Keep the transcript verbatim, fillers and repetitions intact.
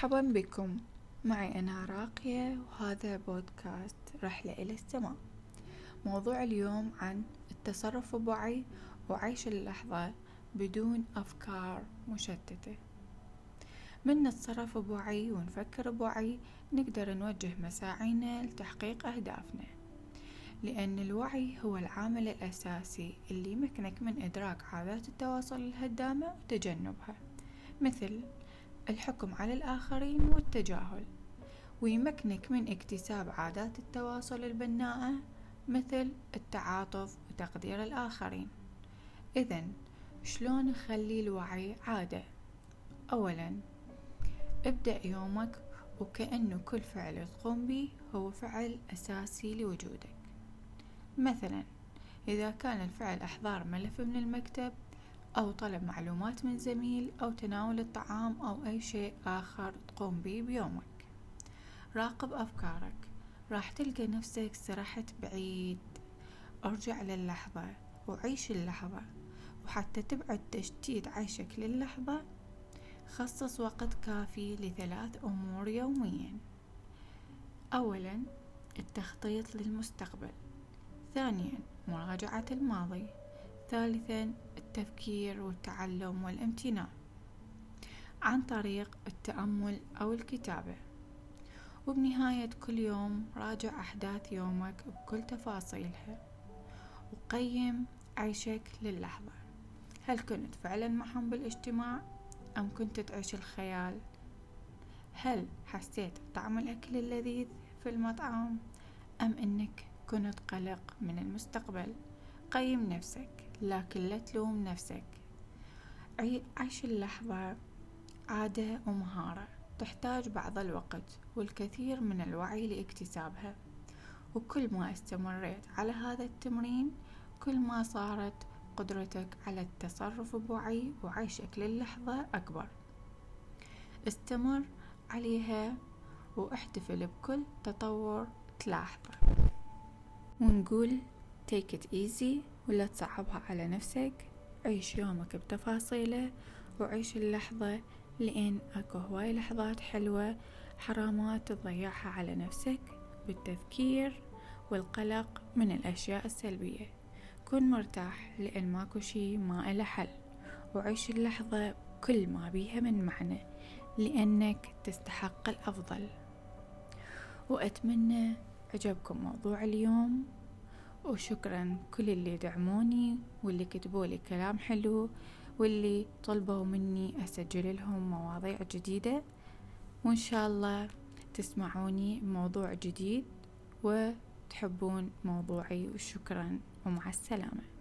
مرحبا بكم. معي أنا راقية، وهذا بودكاست رحلة إلى السماء. موضوع اليوم عن التصرف بوعي وعيش اللحظة بدون أفكار مشتتة. من نتصرف بوعي ونفكر بوعي نقدر نوجه مساعينا لتحقيق أهدافنا، لأن الوعي هو العامل الأساسي اللي يمكنك من إدراك عادات التواصل الهدامة وتجنبها، مثل الحكم على الآخرين والتجاهل، ويمكنك من اكتساب عادات التواصل البناءة مثل التعاطف وتقدير الآخرين. إذن شلون نخلي الوعي عادة؟ أولا، ابدأ يومك وكأنه كل فعل تقوم به هو فعل أساسي لوجودك. مثلا إذا كان الفعل إحضار ملف من المكتب، أو طلب معلومات من زميل، أو تناول الطعام، أو أي شيء آخر تقوم به بيومك. راقب أفكارك، راح تلقى نفسك سرحت بعيد. ارجع للحظة وعيش اللحظة، وحتى تبعد تشتيت عيشك للحظة خصص وقت كافي لثلاث أمور يوميا. أولا، التخطيط للمستقبل. ثانيا، مراجعة الماضي. ثالثا، التفكير والتعلم والامتنان عن طريق التأمل أو الكتابة. وبنهاية كل يوم راجع أحداث يومك بكل تفاصيلها، وقيم عيشك للحظة. هل كنت فعلا معهم بالاجتماع أم كنت تعيش الخيال؟ هل حسيت بطعم الأكل اللذيذ في المطعم أم أنك كنت قلق من المستقبل؟ قيم نفسك، لكن لا تلوم نفسك. عيش اللحظة عادة ومهارة تحتاج بعض الوقت والكثير من الوعي لاكتسابها، وكل ما استمريت على هذا التمرين كل ما صارت قدرتك على التصرف بوعي وعيشك للحظة أكبر. استمر عليها واحتفل بكل تطور تلاحظه. ونقول take it easy، ولا تصعبها على نفسك. عيش يومك بتفاصيله وعيش اللحظة، لأن أكو هواي لحظات حلوة حرامات تضيعها على نفسك بالتفكير والقلق من الأشياء السلبية. كن مرتاح، لأن ماكو شي ما إله حل، وعيش اللحظة كل ما بيها من معنى، لأنك تستحق الأفضل. وأتمنى عجبكم موضوع اليوم، وشكرا كل اللي دعموني واللي كتبوا لي كلام حلو واللي طلبوا مني أسجل لهم مواضيع جديدة، وإن شاء الله تسمعوني موضوع جديد وتحبون موضوعي. وشكرا ومع السلامة.